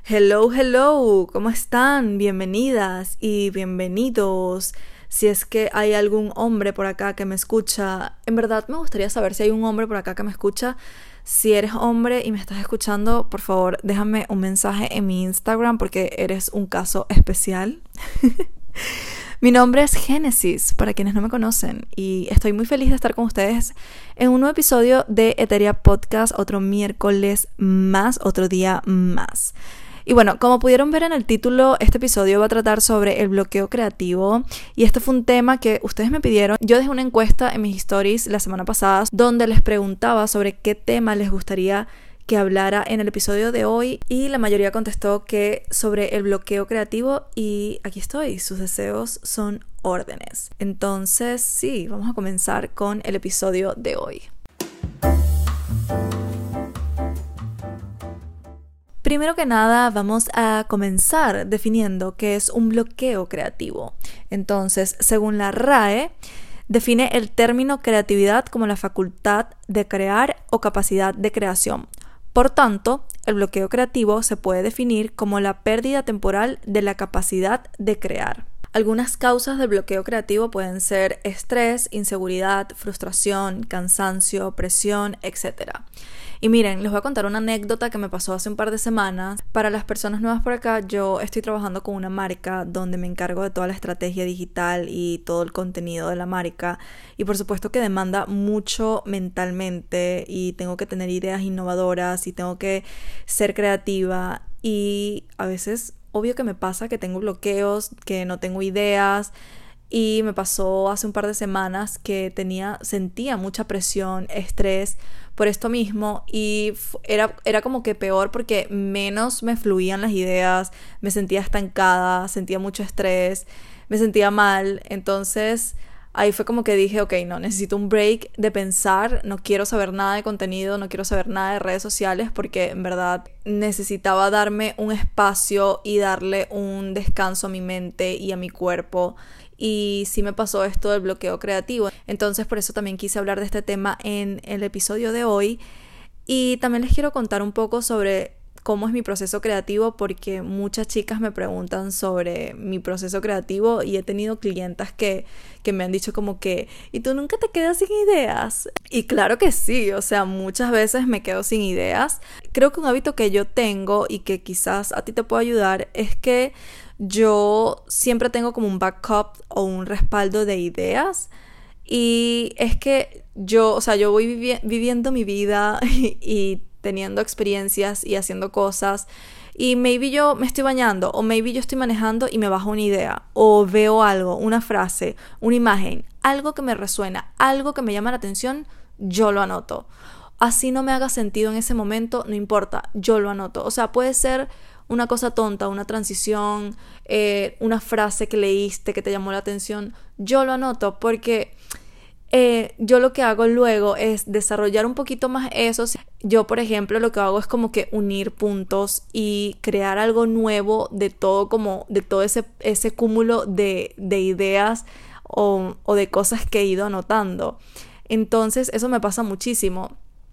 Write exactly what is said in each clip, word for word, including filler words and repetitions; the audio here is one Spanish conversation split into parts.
Hello, hello, ¿cómo están? Bienvenidas y bienvenidos. Si es que hay algún hombre por acá que me escucha, en verdad me gustaría saber si hay un hombre por acá que me escucha. Si eres hombre y me estás escuchando, por favor, déjame un mensaje en mi Instagram porque eres un caso especial. Mi nombre es Génesis, para quienes no me conocen, y estoy muy feliz de estar con ustedes en un nuevo episodio de Eteria Podcast, otro miércoles más, otro día más. Y bueno, como pudieron ver en el título, este episodio va a tratar sobre el bloqueo creativo, y este fue un tema que ustedes me pidieron. Yo dejé una encuesta en mis stories la semana pasada donde les preguntaba sobre qué tema les gustaría que hablara en el episodio de hoy, y la mayoría contestó que sobre el bloqueo creativo, y aquí estoy, sus deseos son órdenes. Entonces sí, vamos a comenzar con el episodio de hoy. Primero que nada, vamos a comenzar definiendo qué es un bloqueo creativo. Entonces, según la R A E, define el término creatividad como la facultad de crear o capacidad de creación. Por tanto, el bloqueo creativo se puede definir como la pérdida temporal de la capacidad de crear. Algunas causas del bloqueo creativo pueden ser estrés, inseguridad, frustración, cansancio, presión, etcétera. Y miren, les voy a contar una anécdota que me pasó hace un par de semanas. Para las personas nuevas por acá, yo estoy trabajando con una marca donde me encargo de toda la estrategia digital y todo el contenido de la marca. Y por supuesto que demanda mucho mentalmente y tengo que tener ideas innovadoras y tengo que ser creativa. Y a veces, obvio que me pasa que tengo bloqueos, que no tengo ideas. Y me pasó hace un par de semanas que tenía, sentía mucha presión, estrés por esto mismo, y era, era como que peor porque menos me fluían las ideas, me sentía estancada, sentía mucho estrés, me sentía mal. Entonces ahí fue como que dije, ok, no, necesito un break de pensar, no quiero saber nada de contenido, no quiero saber nada de redes sociales, porque en verdad necesitaba darme un espacio y darle un descanso a mi mente y a mi cuerpo. Y sí me pasó esto del bloqueo creativo. Entonces por eso también quise hablar de este tema en el episodio de hoy. Y también les quiero contar un poco sobre cómo es mi proceso creativo, porque muchas chicas me preguntan sobre mi proceso creativo y he tenido clientas que, que me han dicho como que ¿y tú nunca te quedas sin ideas? Y claro que sí, o sea, muchas veces me quedo sin ideas. Creo que un hábito que yo tengo y que quizás a ti te puede ayudar es que yo siempre tengo como un backup o un respaldo de ideas. Y es que yo, o sea, yo voy vivi- viviendo mi vida y, y teniendo experiencias y haciendo cosas, y maybe yo me estoy bañando o maybe yo estoy manejando y me baja una idea o veo algo, una frase, una imagen, algo que me resuena, algo que me llama la atención, yo lo anoto. Así no me haga sentido en ese momento, no importa, yo lo anoto. O sea, puede ser una cosa tonta, una transición, eh, una frase que leíste que te llamó la atención, yo lo anoto porque eh, yo lo que hago luego es desarrollar un poquito más eso. Yo, por ejemplo, lo que hago es como que unir puntos y crear algo nuevo de todo, como de todo ese, ese cúmulo de, de ideas o, o de cosas que he ido anotando. Entonces eso me pasa muchísimo.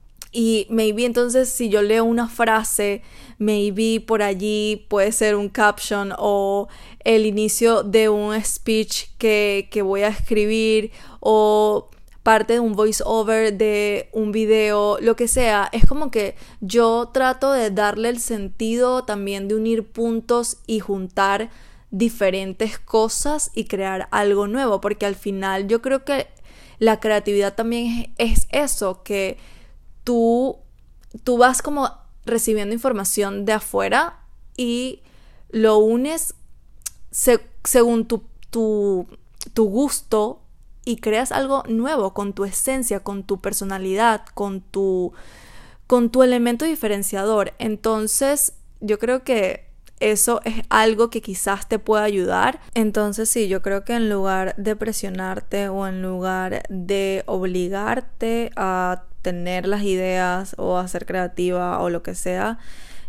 Y maybe entonces si yo leo una frase, maybe por allí puede ser un caption o el inicio de un speech que, que voy a escribir, o parte de un voice over de un video, lo que sea. Es como que yo trato de darle el sentido también de unir puntos y juntar diferentes cosas y crear algo nuevo, porque al final yo creo que la creatividad también es, es eso, que Tú, tú vas como recibiendo información de afuera y lo unes se, según tu, tu, tu gusto, y creas algo nuevo con tu esencia, con tu personalidad, con tu, con tu elemento diferenciador. Entonces yo creo que eso es algo que quizás te pueda ayudar. Entonces sí, yo creo que en lugar de presionarte o en lugar de obligarte a tener las ideas o a ser creativa o lo que sea,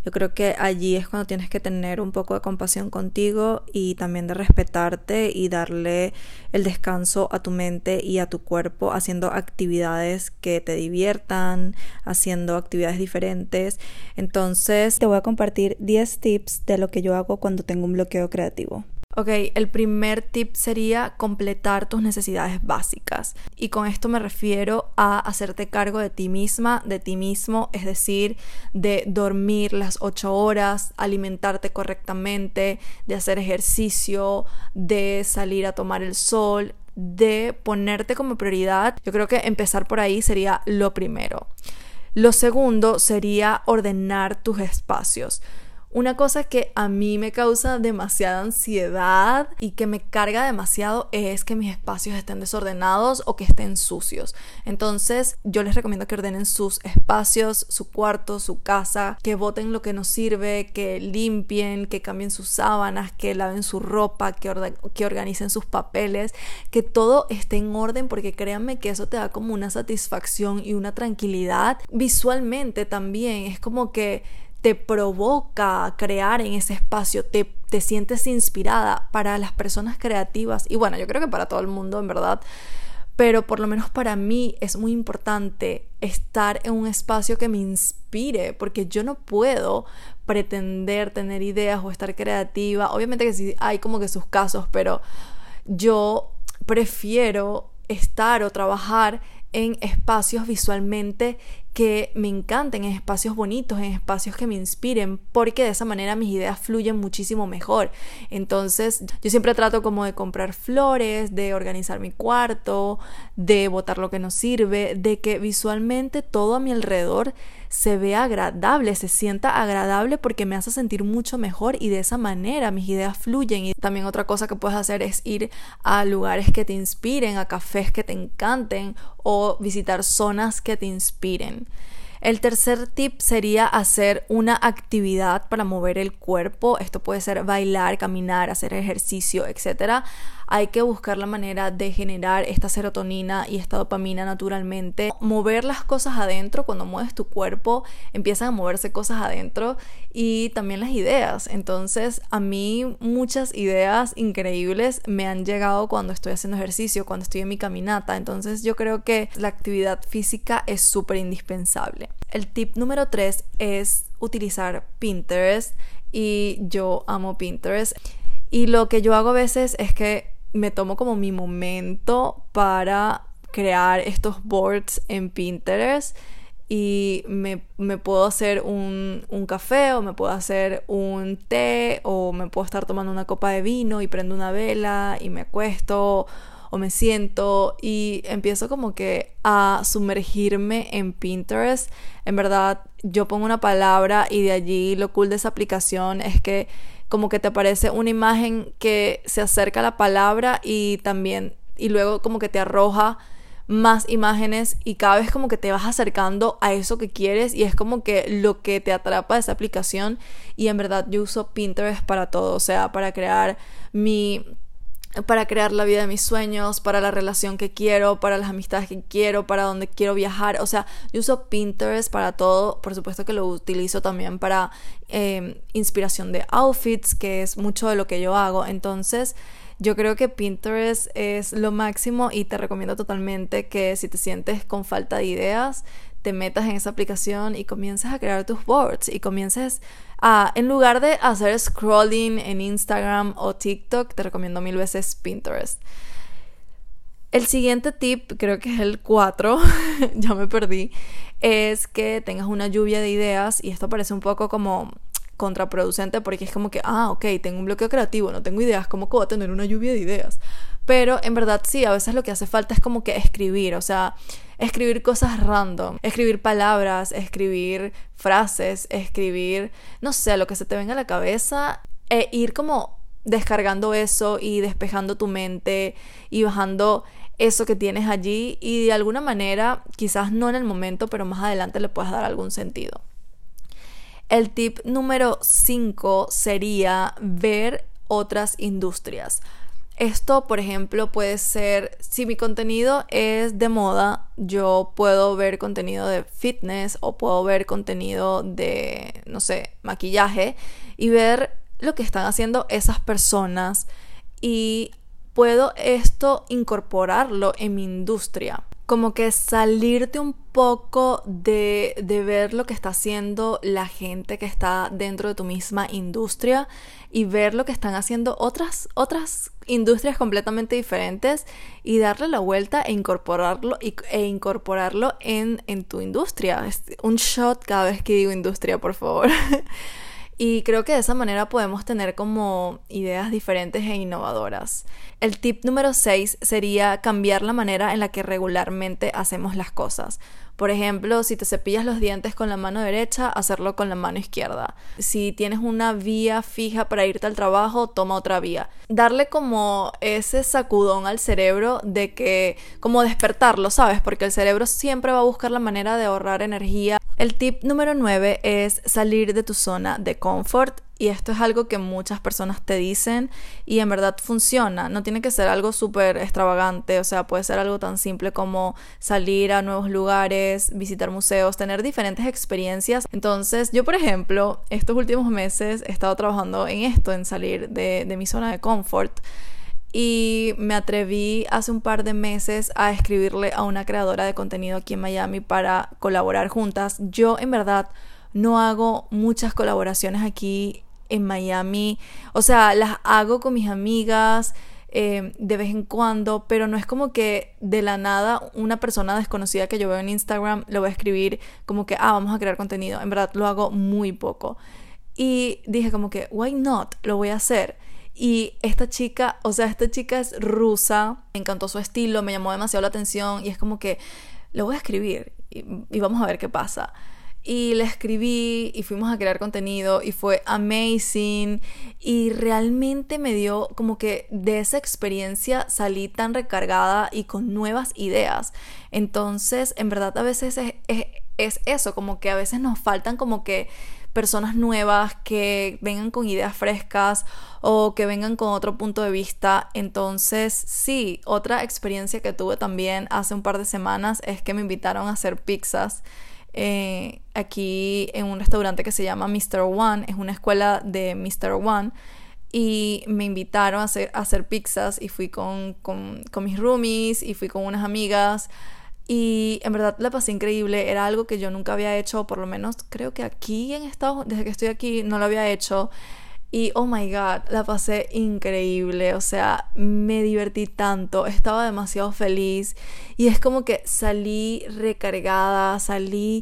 Yo creo que allí es cuando tienes que tener un poco de compasión contigo y también de respetarte y darle el descanso a tu mente y a tu cuerpo haciendo actividades que te diviertan, haciendo actividades diferentes. Entonces te voy a compartir diez tips de lo que yo hago cuando tengo un bloqueo creativo. Ok, el primer tip sería completar tus necesidades básicas. Y con esto me refiero a hacerte cargo de ti misma, de ti mismo, es decir, de dormir las ocho horas, alimentarte correctamente, de hacer ejercicio, de salir a tomar el sol, de ponerte como prioridad. Yo creo que empezar por ahí sería lo primero. Lo segundo sería ordenar tus espacios. Una cosa que a mí me causa demasiada ansiedad y que me carga demasiado es que mis espacios estén desordenados o que estén sucios. Entonces yo les recomiendo que ordenen sus espacios, su cuarto, su casa, que boten lo que no sirve, que limpien, que cambien sus sábanas, que laven su ropa, que, orden- que organicen sus papeles, que todo esté en orden, porque créanme que eso te da como una satisfacción y una tranquilidad. Visualmente también es como que te provoca crear en ese espacio, te, te sientes inspirada. Para las personas creativas, y bueno, yo creo que para todo el mundo en verdad, pero por lo menos para mí es muy importante estar en un espacio que me inspire, porque yo no puedo pretender tener ideas o estar creativa. Obviamente que sí hay como que sus casos, pero yo prefiero estar o trabajar en espacios visualmente que me encanten, en espacios bonitos, en espacios que me inspiren, porque de esa manera mis ideas fluyen muchísimo mejor. Entonces yo siempre trato como de comprar flores, de organizar mi cuarto, de botar lo que no sirve, de que visualmente todo a mi alrededor se vea agradable, se sienta agradable, porque me hace sentir mucho mejor y de esa manera mis ideas fluyen. Y también otra cosa que puedes hacer es ir a lugares que te inspiren, a cafés que te encanten o visitar zonas que te inspiren. El tercer tip sería hacer una actividad para mover el cuerpo. Esto puede ser bailar, caminar, hacer ejercicio, etcétera. Hay que buscar la manera de generar esta serotonina y esta dopamina naturalmente. Mover las cosas adentro, cuando mueves tu cuerpo, empiezan a moverse cosas adentro y también las ideas. Entonces, a mí muchas ideas increíbles me han llegado cuando estoy haciendo ejercicio, cuando estoy en mi caminata. Entonces, yo creo que la actividad física es súper indispensable. El tip número tres es utilizar Pinterest, y yo amo Pinterest. Y lo que yo hago a veces es que me tomo como mi momento para crear estos boards en Pinterest y me, me puedo hacer un, un café, o me puedo hacer un té, o me puedo estar tomando una copa de vino y prendo una vela y me acuesto o me siento y empiezo como que a sumergirme en Pinterest. En verdad, yo pongo una palabra y de allí lo cool de esa aplicación es que como que te aparece una imagen que se acerca a la palabra y también, y luego como que te arroja más imágenes y cada vez como que te vas acercando a eso que quieres y es como que lo que te atrapa de esa aplicación. Y en verdad yo uso Pinterest para todo, o sea, para crear mi... para crear la vida de mis sueños, para la relación que quiero, para las amistades que quiero, para donde quiero viajar. O sea, yo uso Pinterest para todo. Por supuesto que lo utilizo también para eh, inspiración de outfits, que es mucho de lo que yo hago. Entonces, yo creo que Pinterest es lo máximo y te recomiendo totalmente que si te sientes con falta de ideas, te metas en esa aplicación y comiences a crear tus boards y comiences a, en lugar de hacer scrolling en Instagram o TikTok, te recomiendo mil veces Pinterest. El siguiente tip, creo que es el cuatro, ya me perdí, es que tengas una lluvia de ideas, y esto parece un poco como contraproducente porque es como que, ah, ok, tengo un bloqueo creativo, no tengo ideas, ¿cómo que voy a tener una lluvia de ideas? Pero en verdad sí, a veces lo que hace falta es como que escribir, o sea, escribir cosas random, escribir palabras, escribir frases, escribir, no sé, lo que se te venga a la cabeza, e ir como descargando eso y despejando tu mente y bajando eso que tienes allí, y de alguna manera, quizás no en el momento, pero más adelante le puedes dar algún sentido. El tip número cinco sería ver otras industrias. Esto, por ejemplo, puede ser, si mi contenido es de moda, yo puedo ver contenido de fitness o puedo ver contenido de, no sé, maquillaje y ver lo que están haciendo esas personas y puedo esto incorporarlo en mi industria. Como que salirte un poco de, de ver lo que está haciendo la gente que está dentro de tu misma industria y ver lo que están haciendo otras, otras industrias completamente diferentes y darle la vuelta e incorporarlo, e incorporarlo en, en tu industria. Es un shot cada vez que digo industria, por favor. Y creo que de esa manera podemos tener como ideas diferentes e innovadoras. El tip número seis sería cambiar la manera en la que regularmente hacemos las cosas. Por ejemplo, si te cepillas los dientes con la mano derecha, hacerlo con la mano izquierda. Si tienes una vía fija para irte al trabajo, toma otra vía. Darle como ese sacudón al cerebro de que, como despertarlo, ¿sabes? Porque el cerebro siempre va a buscar la manera de ahorrar energía. El tip número nueve es salir de tu zona de confort. Y esto es algo que muchas personas te dicen y en verdad funciona. No tiene que ser algo súper extravagante, o sea, puede ser algo tan simple como salir a nuevos lugares, visitar museos, tener diferentes experiencias. Entonces, yo, por ejemplo, estos últimos meses he estado trabajando en esto, en salir de, de mi zona de confort. Y me atreví hace un par de meses a escribirle a una creadora de contenido aquí en Miami para colaborar juntas. Yo, en verdad, no hago muchas colaboraciones aquí en Miami, o sea, las hago con mis amigas eh, de vez en cuando, pero no es como que de la nada una persona desconocida que yo veo en Instagram lo voy a escribir como que, ah, vamos a crear contenido. En verdad lo hago muy poco y dije como que, why not, lo voy a hacer. Y esta chica, o sea, esta chica es rusa, me encantó su estilo, me llamó demasiado la atención y es como que lo voy a escribir y, y vamos a ver qué pasa. Y le escribí y fuimos a crear contenido y fue amazing y realmente me dio como que de esa experiencia salí tan recargada y con nuevas ideas. Entonces, en verdad a veces es, es, es eso, como que a veces nos faltan como que personas nuevas que vengan con ideas frescas o que vengan con otro punto de vista. Entonces, sí, otra experiencia que tuve también hace un par de semanas es que me invitaron a hacer pizzas. Eh, aquí en un restaurante que se llama mister One, es una escuela de mister One y me invitaron a hacer, a hacer pizzas y fui con, con, con mis roomies y fui con unas amigas y en verdad la pasé increíble. Era algo que yo nunca había hecho, por lo menos creo que aquí en Estados Unidos, desde que estoy aquí no lo había hecho. Y oh my god, la pasé increíble, o sea, me divertí tanto, estaba demasiado feliz y es como que salí recargada, salí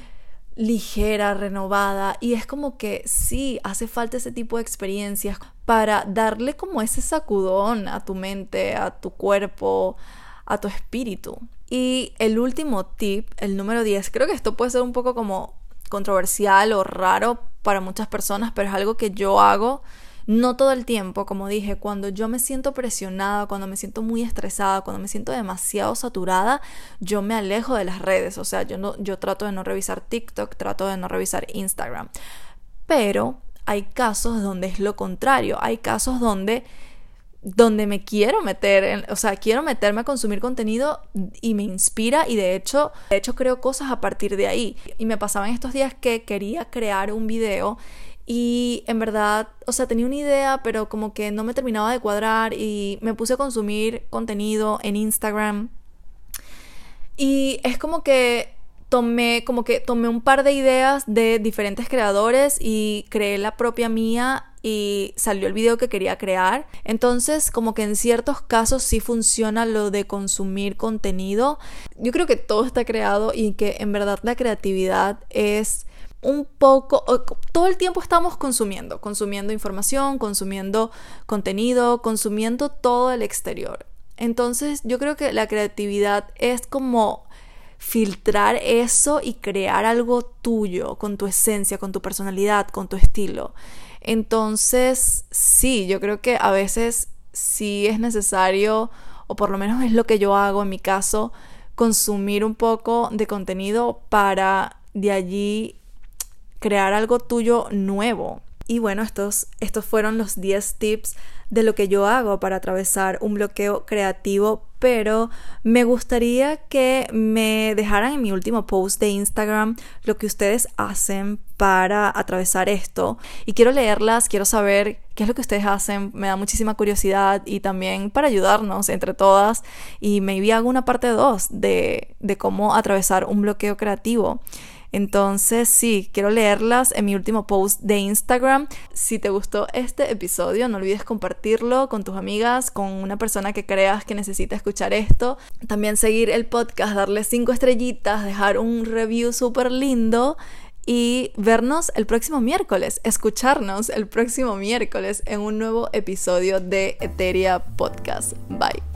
ligera, renovada y es como que sí, hace falta ese tipo de experiencias para darle como ese sacudón a tu mente, a tu cuerpo, a tu espíritu. Y el último tip, el número diez, creo que esto puede ser un poco como controversial o raro para muchas personas, pero es algo que yo hago no todo el tiempo. Como dije, cuando yo me siento presionada, cuando me siento muy estresada, cuando me siento demasiado saturada, yo me alejo de las redes. O sea, yo, no, yo trato de no revisar TikTok, trato de no revisar Instagram. Pero hay casos donde es lo contrario. Hay casos donde donde me quiero meter, en, o sea, quiero meterme a consumir contenido y me inspira y de hecho, de hecho creo cosas a partir de ahí. Y me pasaba en estos días que quería crear un video y en verdad, o sea, tenía una idea, pero como que no me terminaba de cuadrar y me puse a consumir contenido en Instagram y es como que tomé, como que tomé un par de ideas de diferentes creadores y creé la propia mía y salió el video que quería crear. Entonces, como que en ciertos casos sí funciona lo de consumir contenido. Yo creo que todo está creado y que en verdad la creatividad es un poco, todo el tiempo estamos consumiendo, consumiendo información, consumiendo contenido, consumiendo todo el exterior. Entonces, yo creo que la creatividad es como filtrar eso y crear algo tuyo, con tu esencia, con tu personalidad, con tu estilo. Entonces, sí, yo creo que a veces sí es necesario, o por lo menos es lo que yo hago en mi caso, consumir un poco de contenido para de allí crear algo tuyo nuevo. Y bueno, estos, estos fueron los diez tips de lo que yo hago para atravesar un bloqueo creativo, pero me gustaría que me dejaran en mi último post de Instagram lo que ustedes hacen para atravesar esto. Y quiero leerlas, quiero saber qué es lo que ustedes hacen, me da muchísima curiosidad y también para ayudarnos entre todas. Y maybe hago una parte dos de, de cómo atravesar un bloqueo creativo. Entonces sí, quiero leerlas en mi último post de Instagram. Si te gustó este episodio, no olvides compartirlo con tus amigas, con una persona que creas que necesita escuchar esto. También seguir el podcast, darle cinco estrellitas, dejar un review súper lindo y vernos el próximo miércoles, escucharnos el próximo miércoles en un nuevo episodio de Eteria Podcast. Bye.